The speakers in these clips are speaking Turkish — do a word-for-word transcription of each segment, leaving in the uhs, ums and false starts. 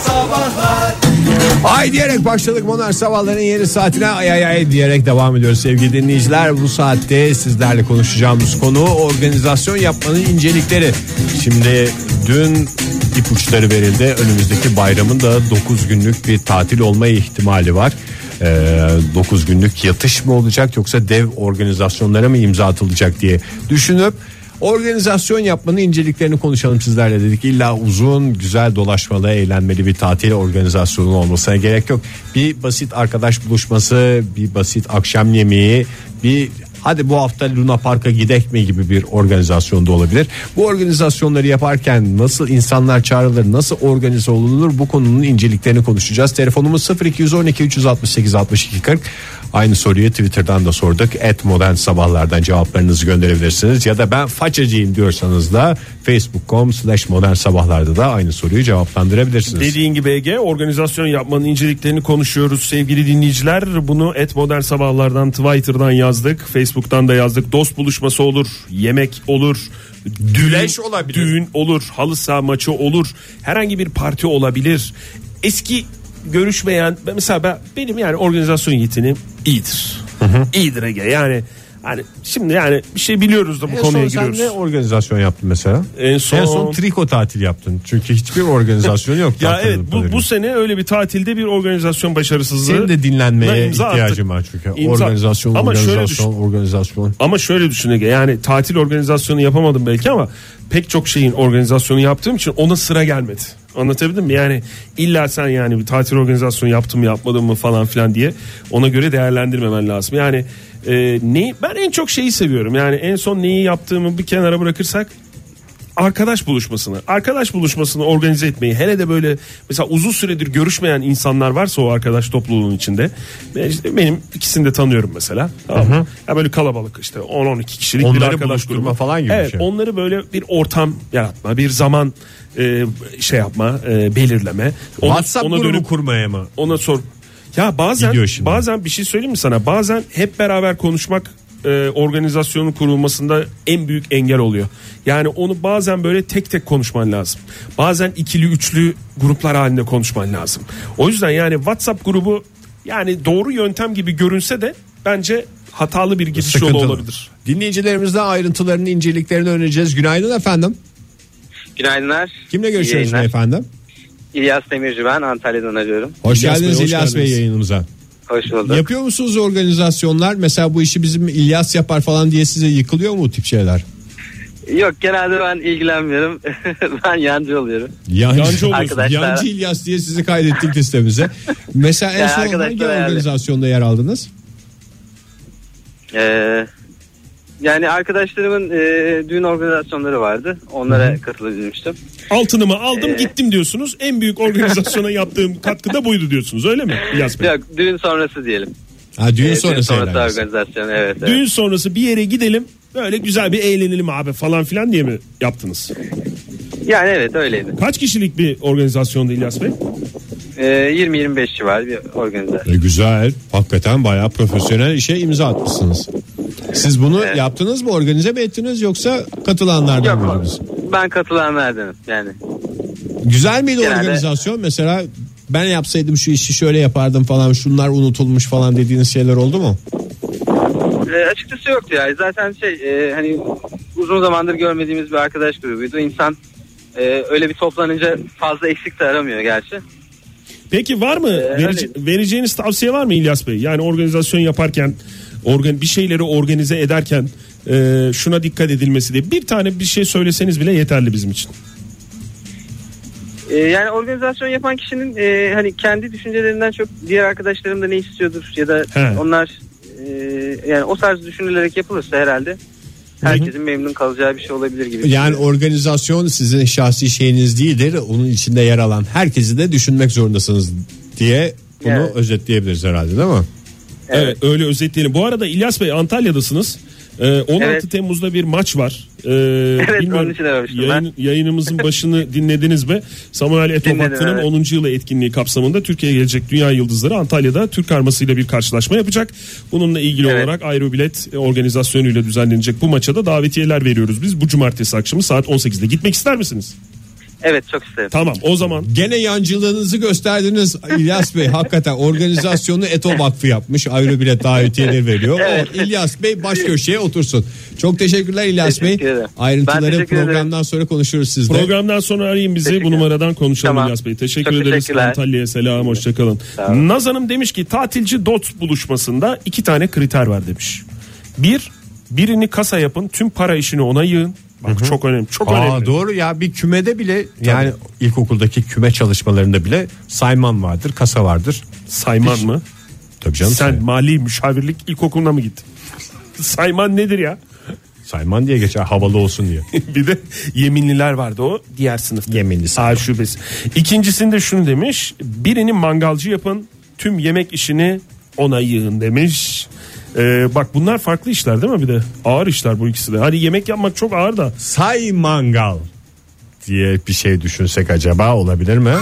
Sabahlar. Ay diyerek başladık Modern Sabahların yeni saatine, ay ay ay diyerek devam ediyoruz sevgili dinleyiciler. Bu saatte sizlerle konuşacağımız konu organizasyon yapmanın incelikleri. Şimdi dün ipuçları verildi, önümüzdeki bayramın da dokuz günlük bir tatil olma ihtimali var. dokuz günlük yatış mı olacak yoksa dev organizasyonlara mı imza atılacak diye düşünüp organizasyon yapmanın inceliklerini konuşalım sizlerle dedik. İlla uzun, güzel, dolaşmalı, eğlenmeli bir tatil organizasyonu olmasına gerek yok. Bir basit arkadaş buluşması, bir basit akşam yemeği, bir hadi bu hafta Luna Park'a gidek mi gibi bir organizasyon da olabilir. Bu organizasyonları yaparken nasıl insanlar çağrılır, nasıl organize olunur, bu konunun inceliklerini konuşacağız. Telefonumuz sıfır iki on iki üç altı sekiz altmış iki kırk. Aynı soruyu Twitter'dan da sorduk. et modern sabahlardan cevaplarınızı gönderebilirsiniz. Ya da ben façacıyım diyorsanız da facebook nokta com slash modern sabahlarda da aynı soruyu cevaplandırabilirsiniz. Dediğin gibi Ege, organizasyon yapmanın inceliklerini konuşuyoruz sevgili dinleyiciler. Bunu et modern sabahlardan, Twitter'dan yazdık, Facebook'tan da yazdık. Dost buluşması olur, yemek olur, Güleş olabilir, düğün olur, halı saha maçı olur, herhangi bir parti olabilir. Eski görüşmeyen, mesela ben, benim yani organizasyon yeteneğim iyidir. Hı hı. İyidir Ege. Yani hani şimdi yani bir şey biliyoruz da bu en konuya son giriyoruz. Sen ne organizasyon yaptın mesela? En son, en son triko tatil yaptın. Çünkü hiçbir organizasyon yok. Ya evet, bu, bu sene öyle bir tatilde bir organizasyon başarısızlığı. Senin de dinlenmeye ihtiyacın var çünkü. İmza. Organizasyon, ama organizasyon, şöyle organizasyon. Ama şöyle düşün Ege, yani tatil organizasyonu yapamadım belki ama pek çok şeyin organizasyonu yaptığım için ona sıra gelmedi. Anlatabildim mi? Yani illa sen yani bir tatil organizasyonu yaptım mı yapmadım mı falan filan diye ona göre değerlendirmemen lazım. Yani e, ne, ben en çok şeyi seviyorum. Yani en son neyi yaptığımı bir kenara bırakırsak arkadaş buluşmasını, arkadaş buluşmasını organize etmeyi, hele de böyle mesela uzun süredir görüşmeyen insanlar varsa o arkadaş topluluğunun içinde, işte benim ikisini de tanıyorum mesela. Tamam mı? Ya böyle kalabalık işte on on iki kişilik onları bir arkadaş grubu falan gibi. Evet, şey. Onları böyle bir ortam yaratma, bir zaman e, şey yapma, e, belirleme. Ona, WhatsApp ona grubu dönüp, kurmaya mı? Ona sor. Ya bazen bazen bir şey söyleyeyim mi sana? Bazen hep beraber konuşmak e, organizasyonun kurulmasında en büyük engel oluyor. Yani onu bazen böyle tek tek konuşman lazım. Bazen ikili üçlü gruplar halinde konuşman lazım. O yüzden yani WhatsApp grubu yani doğru yöntem gibi görünse de bence hatalı bir gidiş yolu olabilir. Dinleyicilerimizden ayrıntılarını, inceliklerini öğreneceğiz. Günaydın efendim. Günaydınlar. Kimle görüşüyoruz efendim? İlyas Demirci ben, Antalya'dan arıyorum. Hoş İlyas geldiniz Bey, hoş İlyas geldiniz. Bey yayınımıza. Hoş bulduk. Yapıyor musunuz organizasyonlar? Mesela bu işi bizim İlyas yapar falan diye size yıkılıyor mu bu tip şeyler? Yok, genelde ben ilgilenmiyorum. Ben yancı oluyorum. Yancı, yancı oluyorsunuz. Yancı İlyas diye sizi kaydettik listemize. Mesela en yani son hangi organizasyonda yer aldınız? Eee... Yani arkadaşlarımın e, düğün organizasyonları vardı. Onlara Hı-hı. katılabilmiştim. Altınımı aldım ee... gittim diyorsunuz. En büyük organizasyona yaptığım katkı da buydu diyorsunuz, öyle mi İlyas Bey? Yok, düğün sonrası diyelim. Ha, düğün ee, sonrası, düğün sonrası organizasyon, evet, evet. Düğün sonrası bir yere gidelim, böyle güzel bir eğlenelim abi falan filan diye mi yaptınız? Yani evet, öyleydi. Kaç kişilik bir organizasyondu İlyas Bey? Ee, yirmi yirmi beş civarı bir organizasyon. E, güzel. Hakikaten bayağı profesyonel işe imza atmışsınız. Siz bunu evet. yaptınız mı, organize mi ettiniz yoksa katılanlardan mıydınız? Ben katılanlardanım yani. Güzel miydi Genelde... organizasyon? Mesela ben yapsaydım şu işi şöyle yapardım falan, şunlar unutulmuş falan dediğiniz şeyler oldu mu? E, açıkçası yoktu ya. Zaten şey e, hani uzun zamandır görmediğimiz bir arkadaş grubuydu. İnsan e, öyle bir toplanınca fazla eksik de aramıyor gerçi. Peki var mı ee, verici, vereceğiniz tavsiye var mı İlyas Bey? Yani organizasyon yaparken, organ, bir şeyleri organize ederken e, şuna dikkat edilmesi diye bir tane bir şey söyleseniz bile yeterli bizim için. Ee, yani organizasyon yapan kişinin e, hani kendi düşüncelerinden çok diğer arkadaşlarım da ne istiyordur ya da He. onlar e, yani o tarz düşünülerek yapılırsa herhalde herkesin Hı-hı. memnun kalacağı bir şey olabilir gibi. Yani organizasyon sizin şahsi şeyiniz değildir. Onun içinde yer alan herkesi de düşünmek zorundasınız diye bunu evet. özetleyebiliriz herhalde, değil mi? Evet, evet, öyle özetleyelim. Bu arada İlyas Bey, Antalya'dasınız. Ee, on altı evet. Temmuz'da bir maç var. Ee, evet, onun için aramıştım yayın, ben. Yayınımızın başını dinlediniz mi? Samuel Eto'o Vakfı'nın evet. onuncu yılı etkinliği kapsamında Türkiye'ye gelecek dünya yıldızları Antalya'da Türk karmasıyla bir karşılaşma yapacak. Bununla ilgili evet. olarak Aerobilet organizasyonuyla düzenlenecek bu maça da davetiyeler veriyoruz biz. Bu cumartesi akşamı saat on sekizde. Gitmek ister misiniz? Evet, çok isterim. Tamam, o zaman. Gene yancılığınızı gösterdiniz İlyas Bey. Hakikaten organizasyonu Eto Vakfı yapmış. Ayrı bilet davetiyeleri veriyor. Evet. O İlyas Bey baş köşeye otursun. Çok teşekkürler İlyas teşekkür Bey. Ederim. Ayrıntıları programdan ederim. sonra konuşuruz sizle. Programdan sonra arayın bizi, bu numaradan konuşalım tamam. İlyas Bey. Teşekkür Çok ederiz. Antalya'ya selam, hoşçakalın. Naz Hanım demiş ki tatilci dot buluşmasında iki tane kriter var demiş. Bir, birini kasa yapın, tüm para işini ona yığın. Bak hı hı. çok önemli, çok Aa, önemli. Doğru ya, bir kümede bile Tabii. yani ilkokuldaki küme çalışmalarında bile sayman vardır, kasa vardır. Sayman Hiç... mı? Tabii canım. Sen sayman. Mali müşavirlik ilkokuluna mı gittin? Sayman nedir ya? Sayman diye geçer, havalı olsun diye. Bir de yeminliler vardı, o diğer sınıfta. Yeminli A şubesi. İkincisinde şunu demiş: birini mangalcı yapın, tüm yemek işini ona yığın demiş. Ee, bak bunlar farklı işler değil mi, bir de ağır işler bu ikisi de. Hani yemek yapmak çok ağır da. Say mangal diye bir şey düşünsek acaba olabilir mi?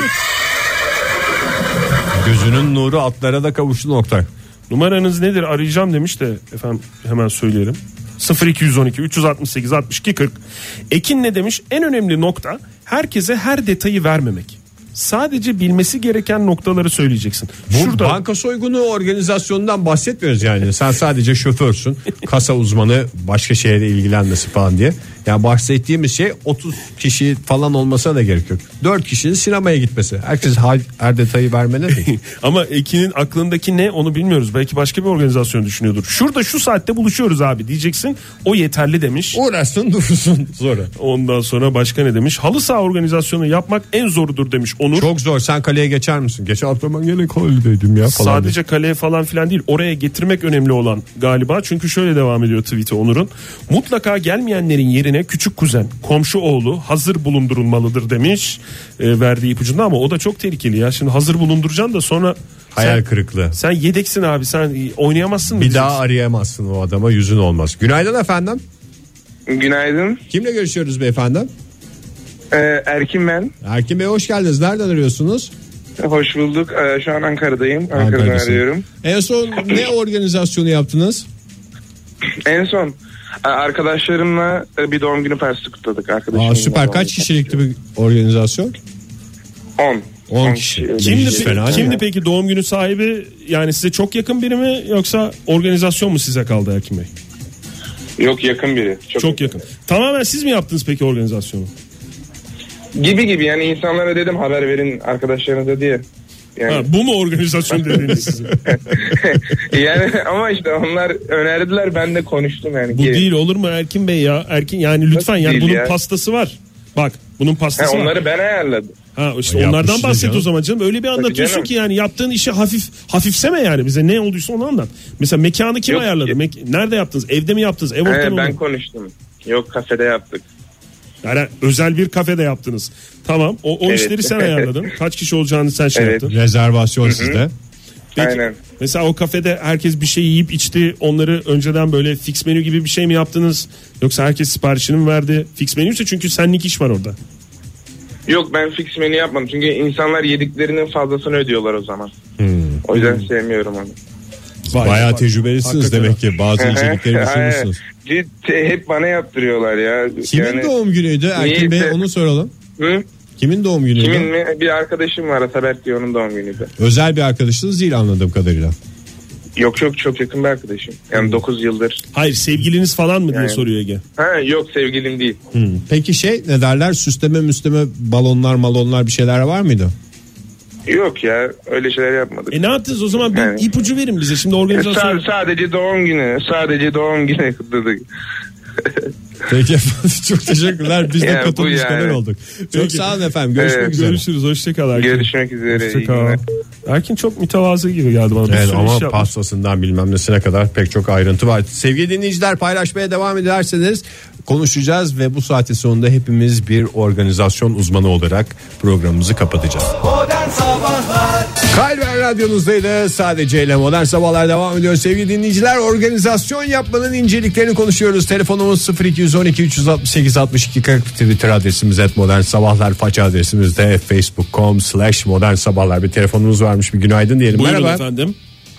Gözünün nuru atlara da kavuştu nokta. Numaranız nedir arayacağım demiş de efendim hemen söyleyelim. sıfır iki on iki üç altı sekiz altmış iki kırk. Ekin ne demiş? En önemli nokta herkese her detayı vermemek. Sadece bilmesi gereken noktaları söyleyeceksin. Bu Şurada... banka soygunu organizasyonundan bahsetmiyoruz yani. Sen sadece şoförsün, kasa uzmanı, başka şeyle ilgilenmesi falan diye. Yani bahsettiğimiz şey otuz kişi falan olmasına da gerek yok. dört kişinin sinemaya gitmesi. Herkes her detayı vermene değil. Ama Ekin'in aklındaki ne onu bilmiyoruz. Belki başka bir organizasyon düşünüyordur. Şurada şu saatte buluşuyoruz abi diyeceksin. O yeterli demiş. Uğraşsın dursun sonra. Ondan sonra başka ne demiş? Halı saha organizasyonu yapmak en zorudur demiş Onur. Çok zor. Sen kaleye geçer misin? Geçen hafta ben gene kaledeydim ya falan. Sadece diye. Kaleye falan filan değil. Oraya getirmek önemli olan galiba. Çünkü şöyle devam ediyor tweet'i Onur'un. Mutlaka gelmeyenlerin yerine küçük kuzen, komşu oğlu hazır bulundurulmalıdır demiş. E, verdiği ipucunda ama o da çok tehlikeli ya. Şimdi hazır bulunduracaksın da sonra hayal sen, kırıklığı. Sen yedeksin abi. Sen oynayamazsın mı? Bir daha arayamazsın o adama, yüzün olmaz. Günaydın efendim. Günaydın. Kimle görüşüyoruz beyefendi? Ee, Erkin ben. Erkin Bey hoş geldiniz. Nereden arıyorsunuz? Hoş bulduk. Ee, şu an Ankara'dayım. Ankara'dan arıyorum. En son ne organizasyonu yaptınız? En son arkadaşlarımla bir doğum günü partisi kutladık. Aa, süper. Kaç kişilikti bir organizasyon? on. on kişi. Kimdi, pe- kimdi peki doğum günü sahibi? Yani size çok yakın biri mi yoksa organizasyon mu size kaldı Erkin Bey? Yok, yakın biri. Çok, çok yakın. yakın. Tamamen siz mi yaptınız peki organizasyonu? Gibi gibi yani, insanlara dedim haber verin arkadaşlarınıza diye. Yani... Ha, bu mu organizasyon dediğiniz sizin? Yani ama işte onlar önerdiler, ben de konuştum yani. Bu değil olur mu Erkin Bey ya? Erkin yani lütfen Nasıl yani bunun ya? pastası var. Bak bunun pastası ha, var. Onları ben ayarladım. Ha işte ya onlardan bahset canım. O zaman canım. Öyle bir anlatıyorsun ki yani yaptığın işi hafif hafifseme yani, bize ne olduysa onu anlat. Mesela mekanı kim Yok, ayarladı? Mek- Nerede yaptınız? Evde mi yaptınız? Ev He, ben konuştum. Yok, kafede yaptık. Yani özel bir kafede yaptınız. Tamam. O, o evet. işleri sen ayarladın. Kaç kişi olacağını sen şey evet. yaptın. Rezervasyon Hı-hı. sizde. Peki, Aynen. Mesela o kafede herkes bir şey yiyip içti. Onları önceden böyle fix menü gibi bir şey mi yaptınız? Yoksa herkes siparişini mi verdi? Fix menüyse çünkü senlik iş var orada. Yok, ben fix menü yapmadım. Çünkü insanlar yediklerinin fazlasını ödüyorlar o zaman. Hmm. O yüzden hmm. sevmiyorum onu. Vay, Bayağı vay. tecrübelisiniz Hakikaten. demek ki. Bazı içerikleri düşünmüşsünüz. Hep bana yaptırıyorlar ya. Kimin yani, doğum günüydü Erkin Bey, onu soralım. Hı? Kimin doğum günüydü? Kimin mi? Bir arkadaşım var, Ataberk diye, onun doğum günüydü. Özel bir arkadaşınız değil anladığım kadarıyla. Yok yok, çok yakın bir arkadaşım. Yani hmm. dokuz yıldır. Hayır, sevgiliniz falan mı yani. diye soruyor Ege. Ha, yok, sevgilim değil. Hmm. Peki şey ne derler, süsleme müsleme balonlar malonlar bir şeyler var mıydı? Yok ya, öyle şeyler yapmadık. E ne yaptınız o zaman? Bir yani. ipucu verin bize şimdi organizasyon. S- sadece doğum günü. Sadece doğum günü kutladık. Peki efendim, çok teşekkürler. Biz de yani katılmış yani. kadar olduk. Çok Peki. sağ olun efendim. Görüşmek evet. üzere. Görüşürüz. Hoşçakal Erkin. Görüşmek üzere. Hoşçakal. Erkin çok mütevazı gibi geldi bana. Evet, ama pastasından bilmem nesine kadar pek çok ayrıntı var. Sevgili dinleyiciler, paylaşmaya devam ederseniz konuşacağız ve bu saatin sonunda hepimiz bir organizasyon uzmanı olarak programımızı kapatacağız. Modern Sabahlar. Kalber Radyonuzdaydı. Sadece ile Modern Sabahlar devam ediyor. Sevgili dinleyiciler, organizasyon yapmanın inceliklerini konuşuyoruz. Telefonumuz sıfır iki on iki üç altı sekiz altmış iki kırk. Twitter adresimiz et Modern Sabahlar. Faça adresimiz de facebook nokta com slash Modern Sabahlar. Bir telefonumuz varmış, bir günaydın diyelim. Buyurun Merhaba efendim.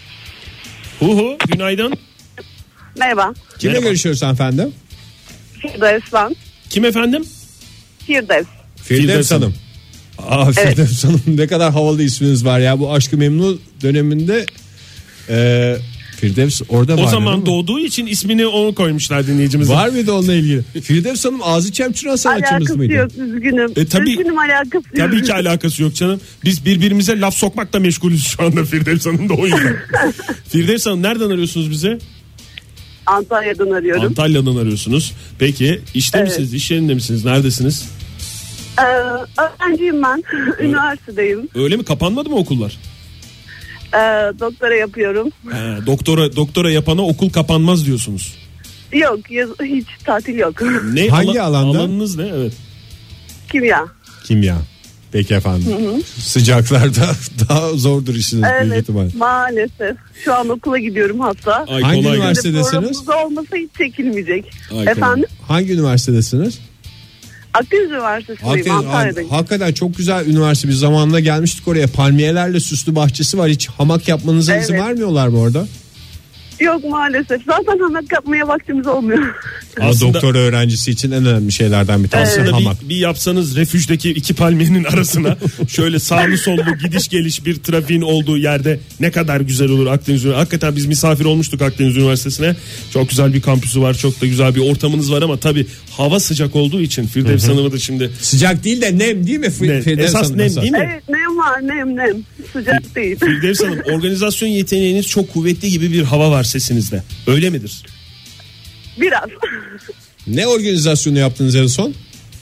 Huhu, günaydın. Merhaba. Kimle Merhaba. görüşüyoruz efendim? Firdevs ben. Kim efendim? Firdevs. Firdevs Hanım. Aa, Evet. Firdevs Hanım ne kadar havalı isminiz var ya. Bu Aşk-ı Memnu döneminde e, Firdevs orada vardı. O zaman doğduğu için ismini onu koymuşlar dinleyicimize. Var mıydı onunla ilgili? Firdevs Hanım ağzı çemçüren sanatçımız Alakası mıydı? yok, üzgünüm. E, tabii- Üzgünüm, alakası yok. Tabii ki alakası yok canım. Biz birbirimize laf sokmakla meşgulüz şu anda Firdevs Hanım da o yüzden. Firdevs Hanım nereden arıyorsunuz bize? Antalya'dan arıyorum. Antalya'dan arıyorsunuz. Peki işte Evet. misiniz? İş yerinde misiniz? Neredesiniz? Ee, öğrenciyim ben. Üniversitedeyim. Öyle mi? Kapanmadı mı okullar? Ee, doktora yapıyorum. He, doktora doktora yapana okul kapanmaz diyorsunuz. Yok, yaz, hiç tatil yok. Ne Hangi alanda? Alanınız ne? Evet. Kimya. Kimya. Peki efendim. Sıcaklarda daha zordur işiniz büyük Evet, ihtimal. maalesef. Şu an okula gidiyorum hatta. Ay, Hangi kolay üniversite- gelsin. Üniversitedesiniz? Programımız olmasa hiç çekilmeyecek. Ay, Efendim? Hangi üniversitedesiniz? Akdeniz Üniversitesi'ndeyim, Hakikaten, Antalya'dayım. hakikaten çok güzel üniversite. Bir zamanında gelmiştik oraya. Palmiyelerle süslü bahçesi var. Hiç hamak yapmanıza izin Evet. vermiyorlar mı orada? Yok maalesef. Zaten hamak yapmaya vaktimiz olmuyor. Ama Aslında- doktor öğrencisi için en önemli şeylerden bir tanesi Aslında hamak. bir, bir yapsanız refüjdeki iki palmiyenin arasına şöyle sağlı sollu gidiş geliş bir trafiğin olduğu yerde ne kadar güzel olur Akdeniz Üniversitesi. Hakikaten biz misafir olmuştuk Akdeniz Üniversitesi'ne. Çok güzel bir kampüsü var, çok da güzel bir ortamınız var ama tabii hava sıcak olduğu için Firdevs Hanım'ı da şimdi Sıcak değil de nem değil mi? F- Ne? Firdevs Esas Hanım nem mesela? değil mi? Evet, nem var, nem nem. Sıcak değil. Firdevs Hanım organizasyon yeteneğiniz çok kuvvetli gibi bir hava var sesinizde. Öyle midir? Biraz. Ne organizasyonu yaptınız en son?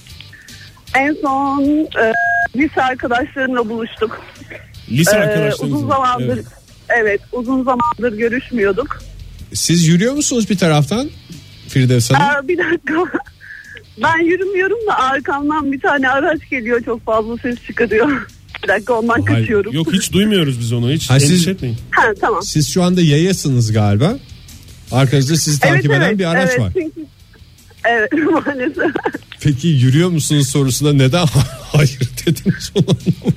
En son e, lise arkadaşlarımla buluştuk. Lise Ee, arkadaşlarınızla. uzun zamandır Evet. evet. uzun zamandır görüşmüyorduk. Siz yürüyor musunuz bir taraftan Firdevs Hanım? Aa, bir dakika. Ben yürümüyorum da arkamdan bir tane araç geliyor, çok fazla ses çıkarıyor. Bir dakika, ondan Hayır, kaçıyorum. Yok hiç duymuyoruz biz onu hiç. Ha, Endişe siz- etmeyin. Ha, tamam. Siz şu anda yayasınız galiba. Arkanızda sizi takip eden bir araç evet, var. Çünkü, evet maalesef. Peki yürüyor musunuz sorusuna neden hayır dediniz onu anlamadım.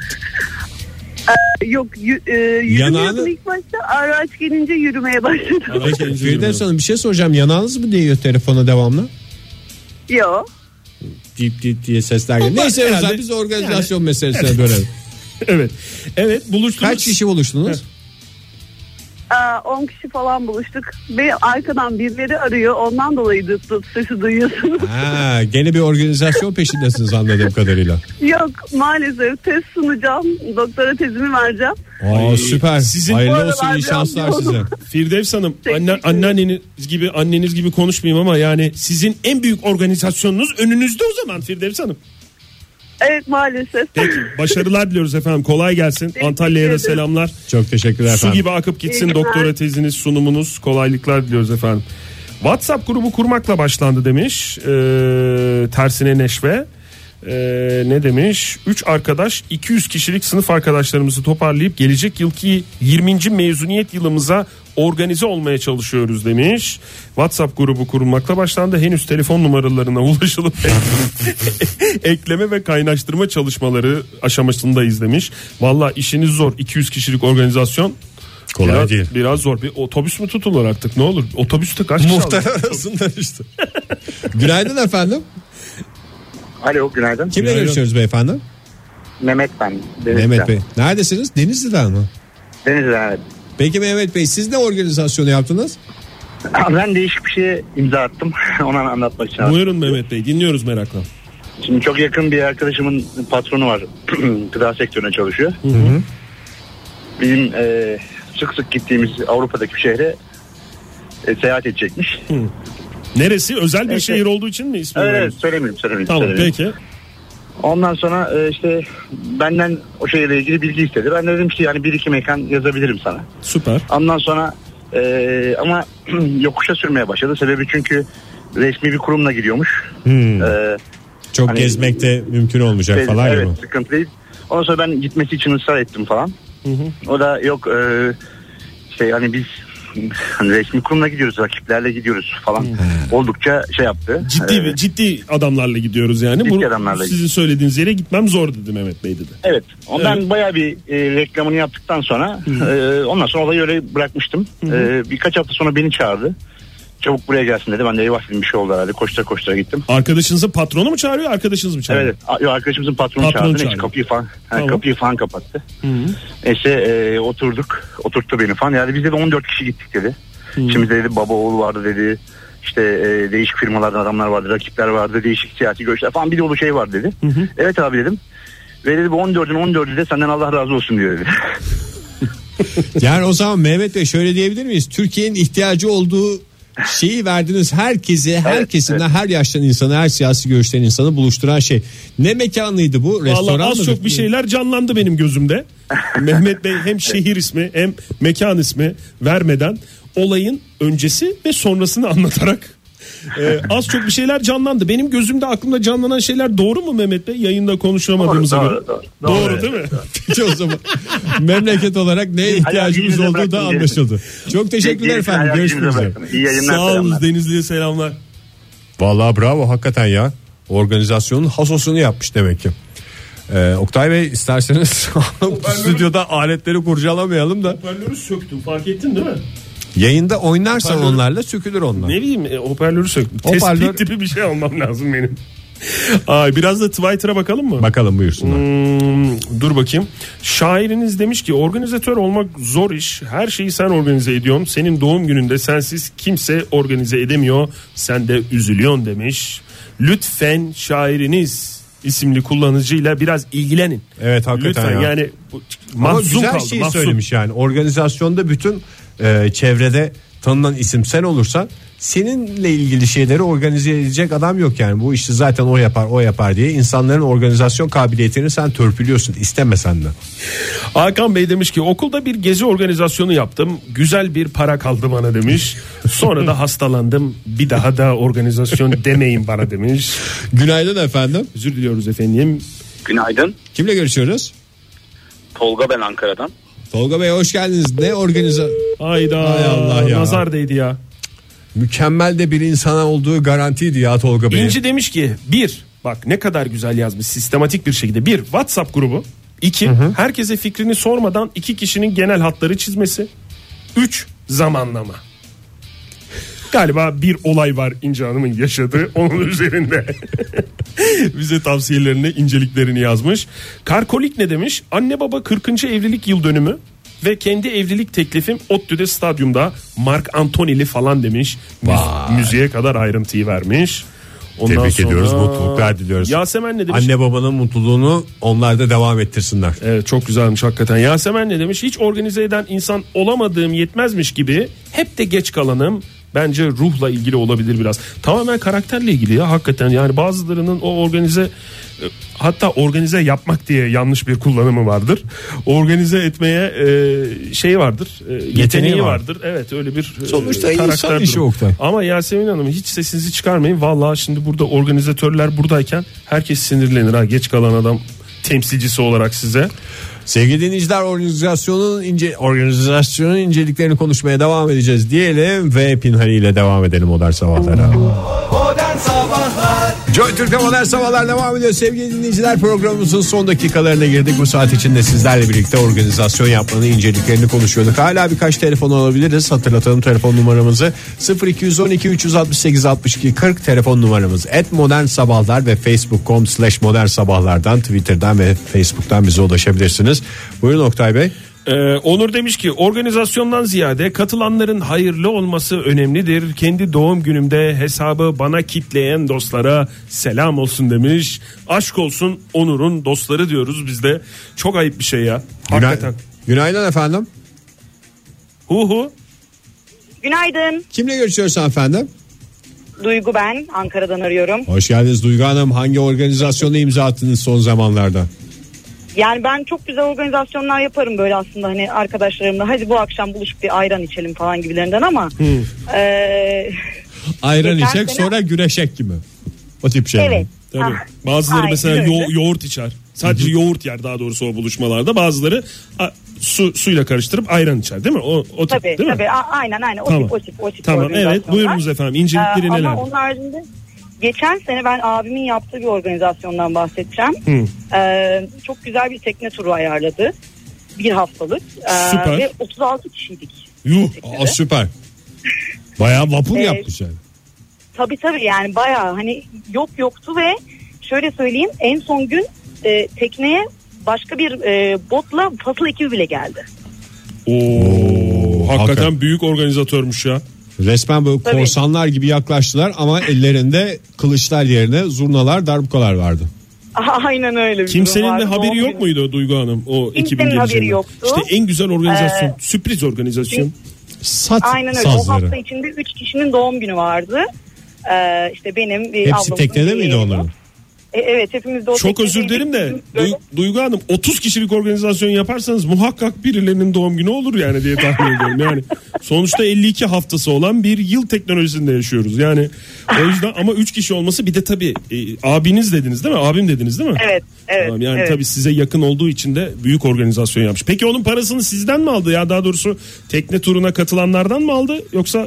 Yok y- e, yürümüyordum Yanağını- ilk başta, araç gelince yürümeye başladım. Araç gelince Firdevs yürüyoruz. Hanım bir şey soracağım. Yanağınız mı değiyor telefona devamlı? Yok. Dip dip diye sesler geliyor. Neyse Herhalde- özel biz organizasyon meselesine dönelim. Evet. Evet buluştunuz. Kaç kişi buluştunuz? on kişi falan buluştuk. Ve arkadan birileri arıyor. Ondan dolayı dıt dıt sesi duyuyorsunuz. Ha, gene bir organizasyon peşindesiniz anladığım kadarıyla. Yok maalesef, test sunacağım. Doktora tezimi vereceğim. Aa, süper. sizin- Hayırlı Bu olsun, aralar iyi biraz şanslar yoğunum. size. Firdevs Hanım Teşekkür anne, ederim. anneanneniz gibi anneniz gibi konuşmayayım ama yani sizin en büyük organizasyonunuz önünüzde o zaman Firdevs Hanım. Evet maalesef. Peki başarılar diliyoruz efendim, kolay gelsin. Teşekkür Antalya'ya da ederim. selamlar. Çok teşekkürler Su efendim. gibi akıp gitsin İyi günler. doktora teziniz, sunumunuz, kolaylıklar diliyoruz efendim. WhatsApp grubu kurmakla başlandı demiş ee, tersine Neşve. Ee, ne demiş? üç arkadaş iki yüz kişilik sınıf arkadaşlarımızı toparlayıp gelecek yılki yirminci mezuniyet yılımıza organize olmaya çalışıyoruz demiş. WhatsApp grubu kurulmakla başlandı. Henüz telefon numaralarına ulaşılıp ekleme ve kaynaştırma çalışmaları aşamasındayız demiş. Valla işiniz zor. iki yüz kişilik organizasyon Kolay biraz, değil. Biraz zor. Bir otobüs mü tutulur artık, ne olur? Otobüste kaç kişi Muhtar alır? arasında işte. Günaydın efendim. Alo, günaydın. Kimle Günaydın. görüşüyoruz beyefendi? Mehmet ben. Denizli'den. Mehmet Bey. Neredesiniz? Denizli'den mi? Denizli'den, evet. Peki Mehmet Bey, siz ne organizasyonu yaptınız? Ben değişik bir şeye imza attım. Onu anlatmak için. Buyurun Mehmet Bey, dinliyoruz merakla. Şimdi çok yakın bir arkadaşımın patronu var. Gıda sektörüne çalışıyor. Hı hı. Bizim e, sık sık gittiğimiz Avrupa'daki bir şehre e, seyahat edecekmiş. Neresi? Özel bir Evet. şehir olduğu için mi ismi? Evet, vermiş? söylemeyeyim, söylemeyeyim. Tamam söylemeyeyim. peki. Ondan sonra e, işte benden o şehirle ilgili bilgi istedi. Ben de dedim ki yani bir iki mekan yazabilirim sana. Süper. Ondan sonra e, ama yokuşa sürmeye başladı. Sebebi çünkü resmi bir kurumla gidiyormuş. Hmm. E, Çok Hani- gezmek de mümkün olmayacak Evet, falan evet mı? sıkıntı değil. Ondan sonra ben gitmesi için ısrar ettim falan. O da yok e, şey hani biz hani resmi kurumla gidiyoruz, rakiplerle gidiyoruz falan. Oldukça şey yaptı. Ciddi Ee, bir ciddi adamlarla gidiyoruz yani. Ciddi Bu, adamlarla sizin söylediğiniz yere gitmem zor dedi Mehmet Bey dedi. Evet. Ondan Evet. bayağı bir e, reklamını yaptıktan sonra e, ondan sonra olayı öyle bırakmıştım. E, birkaç hafta sonra beni çağırdı. çabuk buraya gelsin dedi. Ben de eyvah dedim, bir şey oldu herhalde. Koştura koştura gittim. Arkadaşınızın patronu mu çağırıyor, arkadaşınız mı çağırıyor? Evet, evet. Arkadaşımızın patronu Patron çağırdı. Neyse, kapıyı falan, tamam. kapıyı falan kapattı. Hı-hı. Neyse e, oturduk. Oturttu beni falan. Yani biz de on dört kişi gittik dedi. Hı-hı. İçimizde dedi baba oğul vardı dedi. İşte e, değişik firmalardan adamlar vardı, rakipler vardı, değişik siyasi görüşler falan bir dolu şey var dedi. Hı hı. Evet abi dedim. Ve dedi bu on dördün on dördü de senden Allah razı olsun diyor dedi. Yani o zaman Mehmet Bey şöyle diyebilir miyiz? Türkiye'nin ihtiyacı olduğu şeyi verdiniz herkese, her evet, kesimden, evet. her yaştan insanı, her siyasi görüşten insanı buluşturan şey. Ne mekanıydı bu? Restoran mı? Vallahi az çok bir şeyler canlandı benim gözümde. Mehmet Bey hem şehir ismi hem mekan ismi vermeden olayın öncesi ve sonrasını anlatarak e, az çok bir şeyler canlandı. Benim gözümde, aklımda canlanan şeyler doğru mu Mehmet Bey? Yayında konuşamadığımıza göre. Doğru, doğru, doğru, doğru evet. Değil mi? Peki o zaman memleket olarak neye ihtiyacımız olduğu da anlaşıldı. Çok teşekkürler efendim. Görüşmek üzere. Sağ olun, Denizli'ye selamlar. Vallahi bravo hakikaten ya. Organizasyonun hasosunu yapmış demek ki. Ee, Oktay Bey isterseniz stüdyoda aletleri kurcalamayalım da. Hoparlörü söktüm, fark ettin değil mi? Yayında oynarsan hoparlör, onlarla sökülür onlar. Ne bileyim e, hoparlörü söktüm. Hoparlör... Tespih tipi bir şey almam lazım benim. Ay, biraz da Twitter'a bakalım mı? Bakalım buyursunlar. Hmm, dur bakayım. Şairiniz demiş ki organizatör olmak zor iş. Her şeyi sen organize ediyorsun. Senin doğum gününde sensiz kimse organize edemiyor. Sen de üzülüyorsun demiş. Lütfen şairiniz isimli kullanıcıyla biraz ilgilenin. Evet hakikaten lütfen, ya. Yani ama güzel kaldı, şey mahzun. Söylemiş yani. Organizasyonda bütün e, çevrede tanınan isim sen olursan seninle ilgili şeyleri organize edecek adam yok yani. Bu işi zaten o yapar o yapar diye insanların organizasyon kabiliyetini sen törpülüyorsun istemesen de. Hakan Bey demiş ki okulda bir gezi organizasyonu yaptım. Güzel bir para kaldı bana demiş. Sonra da hastalandım. Bir daha da organizasyon demeyin bana demiş. Günaydın efendim. Özür diliyoruz efendim. Günaydın. Kimle görüşüyoruz? Tolga ben Ankara'dan. Tolga Bey hoş geldiniz. Ne organize... Hayda. Hay Allah ya. Nazar değdi ya. Mükemmel de bir insana olduğu garantiydi ya Tolga Bey. İnci demiş ki bir, bak ne kadar güzel yazmış sistematik bir şekilde. Bir, WhatsApp grubu. İki, hı hı. herkese fikrini sormadan iki kişinin genel hatları çizmesi. Üç, zamanlama. Galiba bir olay var İnci Hanım'ın yaşadığı, onun üzerinde bize tavsiyelerini, inceliklerini yazmış. Karkolik ne demiş? Anne baba kırkıncı evlilik yıl dönümü ve kendi evlilik teklifim ODTÜ'de stadyumda Mark Antony'li falan demiş. Müz- müziğe kadar ayrıntıyı vermiş. Ondan Tebrik sonra... ediyoruz, mutluluklar diliyoruz. Yasemen ne demiş? Anne babanın mutluluğunu onlar da devam ettirsinler. Evet, çok güzelmiş hakikaten. Yasemen ne demiş? Hiç organize eden insan olamadığım yetmezmiş gibi hep de geç kalanım. Bence ruhla ilgili olabilir biraz. Tamamen karakterle ilgili ya hakikaten. Yani bazılarının o organize, hatta organize yapmak diye yanlış bir kullanımı vardır. Organize etmeye e, şey vardır. E, yeteneği, yeteneği vardır. Evet, öyle bir sonuçta e, karakter işi Oktay. Ama Yasemin Hanım hiç sesinizi çıkarmayın. Vallahi şimdi burada organizatörler buradayken herkes sinirlenir ha, geç kalan adam temsilcisi olarak size. Sevgili dinleyiciler, organizasyonun ince organizasyonun inceliklerini konuşmaya devam edeceğiz diyelim ve Pinhani ile devam edelim Modern Sabahlar'a. Modern Sabahlar. Joy Türk'te Modern Sabahlar devam ediyor. Sevgili dinleyiciler, programımızın son dakikalarına girdik. Bu saat içinde sizlerle birlikte organizasyon yapmanın inceliklerini konuşuyorduk. Hala birkaç telefon alabiliriz. Hatırlatalım telefon numaramızı sıfır iki on iki üç altı sekiz altmış iki kırk telefon numaramız. et modern sabahlar ve facebook nokta com slash modern sabahlardan, Twitter'dan ve Facebook'tan bize ulaşabilirsiniz. Buyurun Oktay Bey. Ee, Onur demiş ki organizasyondan ziyade katılanların hayırlı olması önemlidir. Kendi doğum günümde hesabı bana kitleyen dostlara selam olsun demiş. Aşk olsun Onur'un dostları diyoruz biz de. Çok ayıp bir şey ya. Günay- hakikaten. Günaydın efendim. Hu hu. Günaydın. Kimle görüşüyoruz efendim? Duygu ben, Ankara'dan arıyorum. Hoş geldiniz Duygu Hanım. Hangi organizasyona imza attınız son zamanlarda? Yani ben çok güzel organizasyonlar yaparım böyle aslında, hani arkadaşlarımla hadi bu akşam buluşup bir ayran içelim falan gibilerinden ama hmm. e, ayran içecek sene... sonra güreşek gibi o tip şey. Evet. Tabii. Ah, bazıları mesela yo- yoğurt içer. Sadece Hı-hı. yoğurt yer daha doğrusu o buluşmalarda. Bazıları a, su suyla karıştırıp ayran içer değil mi? O, o tip tabii, değil tabii, mi? Tabii aynen aynen o tamam. tip o tip o tip. Tamam evet, buyurunuz efendim, incelikleri ee, neler? Ama onun haricinde geçen sene ben abimin yaptığı bir organizasyondan bahsedeceğim. Ee, çok güzel bir tekne turu ayarladı. Bir haftalık. Ee, süper. Ve otuz altı kişiydik. Yuh, aa, süper. Bayağı vapur Ee, yapmış yani. Tabii tabii yani bayağı hani yok yoktu ve şöyle söyleyeyim en son gün e, tekneye başka bir e, botla fasıl ekibi bile geldi. Oo, Oo, hakikaten hakikaten. büyük organizatörmüş ya. Resmen böyle Tabii. korsanlar gibi yaklaştılar ama ellerinde kılıçlar yerine zurnalar, darbukalar vardı. Aynen öyle. Kimsenin de haberi yok muydu Duygu Hanım o Kimsenin ekibin haberi geleceğinden? yoktu. İşte en güzel organizasyon, Ee, sürpriz organizasyon. Sat Aynen öyle. sazları. O hafta içinde üç kişinin doğum günü vardı. Ee, işte benim bir Hepsi ablamın teknede bir miydi yeğenim. onların? E, evet hepimiz de o Çok özür teknedeydik. dilerim de Böyle- Du- Duygu Hanım otuz kişilik organizasyon yaparsanız muhakkak birilerinin doğum günü olur yani diye tahmin ediyorum. Yani sonuçta elli iki haftası olan bir yıl teknolojisinde yaşıyoruz. Yani o yüzden ama üç kişi olması bir de tabii e, abiniz dediniz değil mi? Abim dediniz değil mi? Evet, evet. Tamam, yani evet. tabii size yakın olduğu için de büyük organizasyon yapmış. Peki onun parasını sizden mi aldı ya, daha doğrusu tekne turuna katılanlardan mı aldı yoksa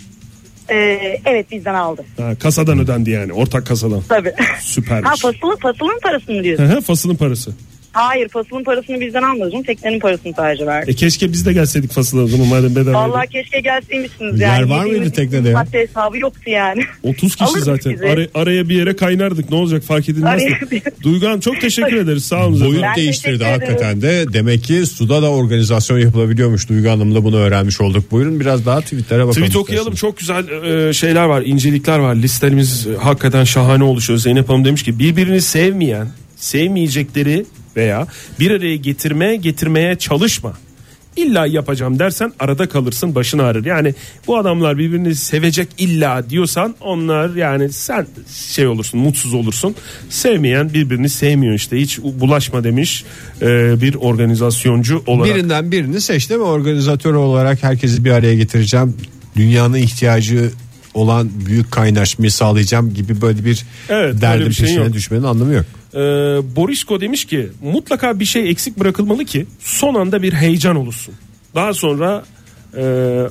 Ee, evet bizden aldı. ha, kasadan ödendi yani, ortak kasadan? Tabii. Süpermiş. Ha fasılın, fasılın parasını mı diyorsun? Hı hı, fasılın parası. Hayır fasılın parasını bizden almadım. Teknenin parasını sadece verdi. E keşke biz de gelseydik fasıla o zaman madem bedava. Vallahi keşke gelseymişsiniz Yer yani. var mıydı Yediğimiz teknede ya? madde hesabı yoktu yani. otuz kişi Alırdık zaten. bizi. Ara- araya bir yere kaynardık. Ne olacak, fark edilmez. Araya de. bir- Duygu Hanım çok teşekkür ederiz. Sağ olun. Boyut Ben değiştirdi teşekkür hakikaten de. Demek ki suda da organizasyon yapılabiliyormuş. Duygu Hanım'la bunu öğrenmiş olduk. Buyurun biraz daha tweetlere bakalım. Tweet okuyalım. Çok güzel e, şeyler var, incelikler var. Listelerimiz e, hakikaten şahane oluşuyor. Zeynep Hanım demiş ki birbirini sevmeyen, sevmeyecekleri veya bir araya getirmeye getirmeye çalışma. İlla yapacağım dersen arada kalırsın, başın ağrır. Yani bu adamlar birbirini sevecek illa diyorsan onlar yani sen şey olursun, mutsuz olursun. Sevmeyen birbirini sevmiyor işte, hiç bulaşma demiş e, bir organizasyoncu olarak. Birinden birini seç değil mi? Organizatör olarak herkesi bir araya getireceğim. Dünyanın ihtiyacı olan büyük kaynaşmayı sağlayacağım gibi böyle bir Evet, derdin öyle bir şey peşine yok. düşmenin anlamı yok. Ee, Borisko demiş ki mutlaka bir şey eksik bırakılmalı ki son anda bir heyecan oluşsun. Daha sonra e,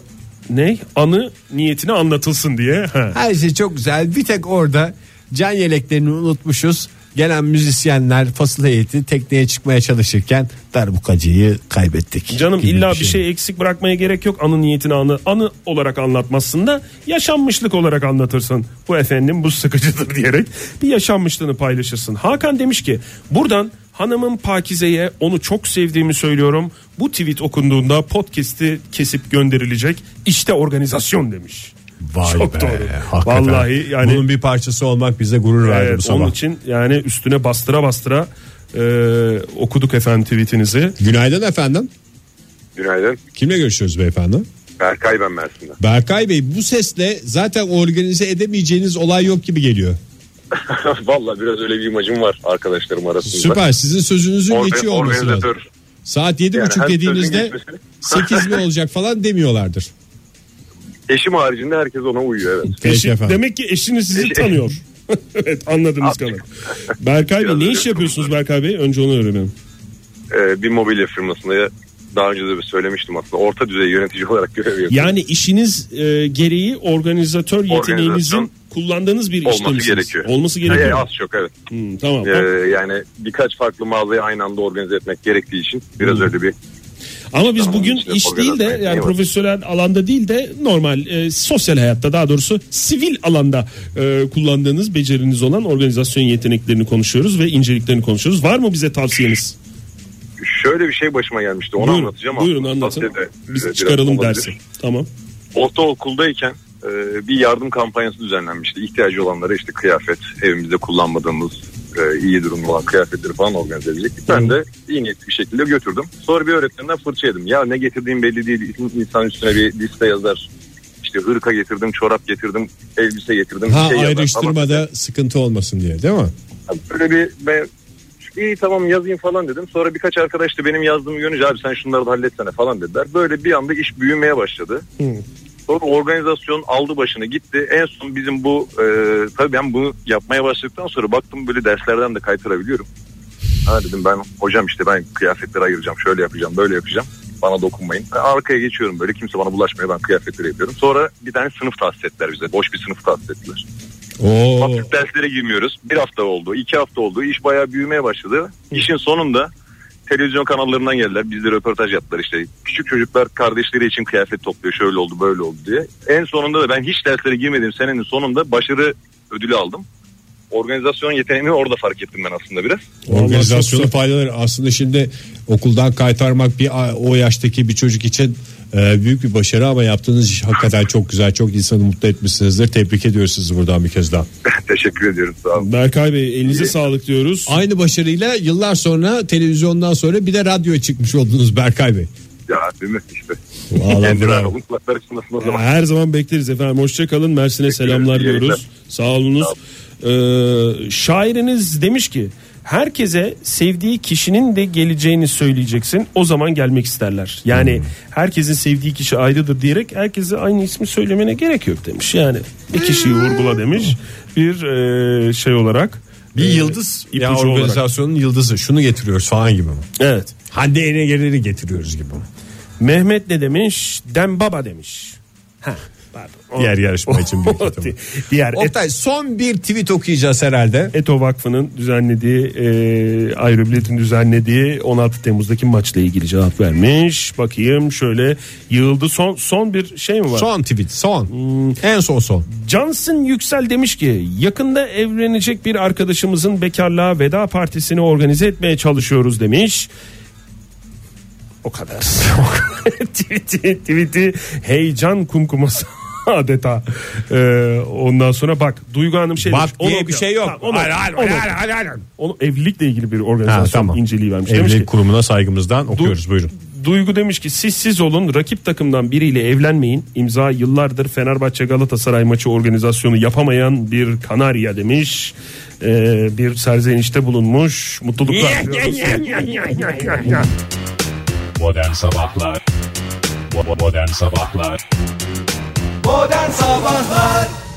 ne anı niyetine anlatılsın diye. Ha. Her şey çok güzel. Bir tek orada can yeleklerini unutmuşuz. Gelen müzisyenler fasıl heyeti tekneye çıkmaya çalışırken darbukacıyı kaybettik. Canım gibi illa bir şey eksik bırakmaya gerek yok. Anı niyetini anı, anı olarak anlatmazsın da yaşanmışlık olarak anlatırsın. Bu efendim bu sıkıcıdır diyerek bir yaşanmışlığını paylaşırsın. Hakan demiş ki buradan hanımım Pakize'ye onu çok sevdiğimi söylüyorum. Bu tweet okunduğunda podcast'i kesip gönderilecek. İşte organizasyon demiş. Vay Çok be, doğru. hakikaten. Vallahi yani bunun bir parçası olmak bize gurur verdi evet, bu sabah. onun için yani üstüne bastıra bastıra e, okuduk efendim tweetinizi. Günaydın efendim. Günaydın. Kimle görüşüyoruz beyefendi? Berkay ben Mersin'den. Berkay Bey, bu sesle zaten organize edemeyeceğiniz olay yok gibi geliyor. Vallahi biraz öyle bir imajım var arkadaşlarım arasında. Süper, sizin sözünüzün Orga- geçiyor olması organizatör. lazım. Saat yedi Yani buçuk hem sözün dediğinizde geçmesi. sekiz mi olacak falan demiyorlardır. Eşim haricinde herkes ona uyuyor evet. Peki Eşi, efendim. demek ki eşiniz sizi Eşi- tanıyor. Evet, anladığımız Azıcık. kadar. Berkay Bey Biraz ne öyle iş yapıyorsunuz Berkay Bey? Önce onu öğrenelim. Ee, bir mobilya firmasında daha önce de bir söylemiştim aslında. Orta düzey yönetici olarak görev yapıyorum. Yani işiniz e, gereği organizatör yeteneğinizin Organizasyon kullandığınız bir işte olması misiniz? gerekiyor. Olması gerekiyor. Ee, mu? az çok evet. Hmm, tamam. Ee, yani birkaç farklı mağazayı aynı anda organize etmek gerektiği için biraz Hmm. öyle bir Ama biz Tamam, bugün işte iş değil de organizasyon yani evet. profesyonel alanda değil de normal e, sosyal hayatta, daha doğrusu sivil alanda e, kullandığınız beceriniz olan organizasyon yeteneklerini konuşuyoruz ve inceliklerini konuşuyoruz. Var mı bize tavsiyeniz? şöyle bir şey başıma gelmişti. Onu Buyurun, anlatacağım. buyurun aslında. anlatın. Tavsiye de, Biz e, biraz çıkaralım olabilir. dersi. Tamam. Ortaokuldayken e, bir yardım kampanyası düzenlenmişti. İhtiyacı olanlara işte kıyafet, evimizde kullanmadığımız e, iyi durumda olan kıyafetleri falan organize edecektik. Ben de iyi niyetli bir şekilde götürdüm. Sonra bir öğretmenden fırça yedim. Ya ne getirdiğim belli değil. İnsan üstüne bir liste yazar. İşte hırka getirdim, çorap getirdim, elbise getirdim. Ha, bir şey yazar. ayrıştırmada sıkıntı olmasın diye değil mi? Ama böyle bir ben, iyi tamam yazayım falan dedim. Sonra birkaç arkadaş da benim yazdığımı görünce abi sen şunları da halletsene falan dediler. Böyle bir anda iş büyümeye başladı. Hı. Sonra organizasyon aldı başını gitti. En son bizim bu e, tabii ben bunu yapmaya başladıktan sonra baktım böyle derslerden de kaytarabiliyorum. Ha dedim ben hocam işte ben kıyafetleri ayıracağım. Şöyle yapacağım, böyle yapacağım. Bana dokunmayın. Ben arkaya geçiyorum böyle kimse bana bulaşmıyor. Ben kıyafetleri yapıyorum. Sonra bir tane sınıf tahsis ettiler bize. Boş bir sınıf tahsis ettiler. Oo. Hafif derslere girmiyoruz. Bir hafta oldu, iki hafta oldu. İş bayağı büyümeye başladı. İşin sonunda televizyon kanallarından geldiler. Bizde röportaj yaptılar işte. Küçük çocuklar kardeşleri için kıyafet topluyor. Şöyle oldu böyle oldu diye. En sonunda da ben hiç derslere girmediğim senenin sonunda başarı ödülü aldım. Organizasyon yeteneğimi orada fark ettim ben aslında biraz. Organizasyonun faydaları aslında şimdi okuldan kaytarmak bir o yaştaki bir çocuk için e, büyük bir başarı ama yaptığınız iş hakikaten çok güzel, çok insanı mutlu etmişsinizdir. Tebrik ediyoruz sizi buradan bir kez daha. Teşekkür ediyorum, sağ olun. Berkay Bey, elinize sağlık diyoruz. Aynı başarıyla yıllar sonra televizyondan sonra bir de radyoya çıkmış oldunuz Berkay Bey. Ya değil mi işte. Her zaman bekleriz efendim. Hoşçakalın. Mersin'e selamlar diyoruz. Sağ olunuz. Ee, şairiniz demiş ki herkese sevdiği kişinin de geleceğini söyleyeceksin. O zaman gelmek isterler. Yani hmm. herkesin sevdiği kişi ayrıdır diyerek herkese aynı ismi söylemene gerek yok demiş. Yani bir kişiyi vurgula demiş. Bir e, şey olarak. Bir e, yıldız. Yani organizasyonun olarak. Yıldızı. Şunu getiriyoruz falan gibi mi? Evet. Hande Yener'i getiriyoruz gibi mi? Mehmet ne demiş? Dem Baba demiş. Ha. O, diğer yarışma için bir kitabı. Diğer Oktay, et, son bir tweet okuyacağız herhalde. Eto Vakfı'nın düzenlediği e, Aerobilet'in düzenlediği on altı Temmuz'daki maçla ilgili cevap vermiş. Bakayım şöyle yığıldı. Son son bir şey mi var? Son tweet son. Hmm. En son son. Johnson Yüksel demiş ki yakında evlenecek bir arkadaşımızın bekarlığa veda partisini organize etmeye çalışıyoruz demiş. O kadar. tweet'i, tweet'i heyecan kumkuması adeta. Ee, ondan sonra bak Duygu Hanım şey bak demiş, diye bir şey yok. Onu, hayır, hayır, onu, hayır, hayır, hayır. Onu evlilikle ilgili bir organizasyon ha, tamam. inceliği vermiş. Evlilik ki, kurumuna saygımızdan okuyoruz. Du- buyurun. Duygu demiş ki siz siz olun, rakip takımdan biriyle evlenmeyin. İmza yıllardır Fenerbahçe Galatasaray maçı organizasyonu yapamayan bir Kanarya demiş. Ee, bir serzenişte bulunmuş. Mutluluklar diliyoruz. Modern Sabahlar Modern Sabahlar Modern Sabahlar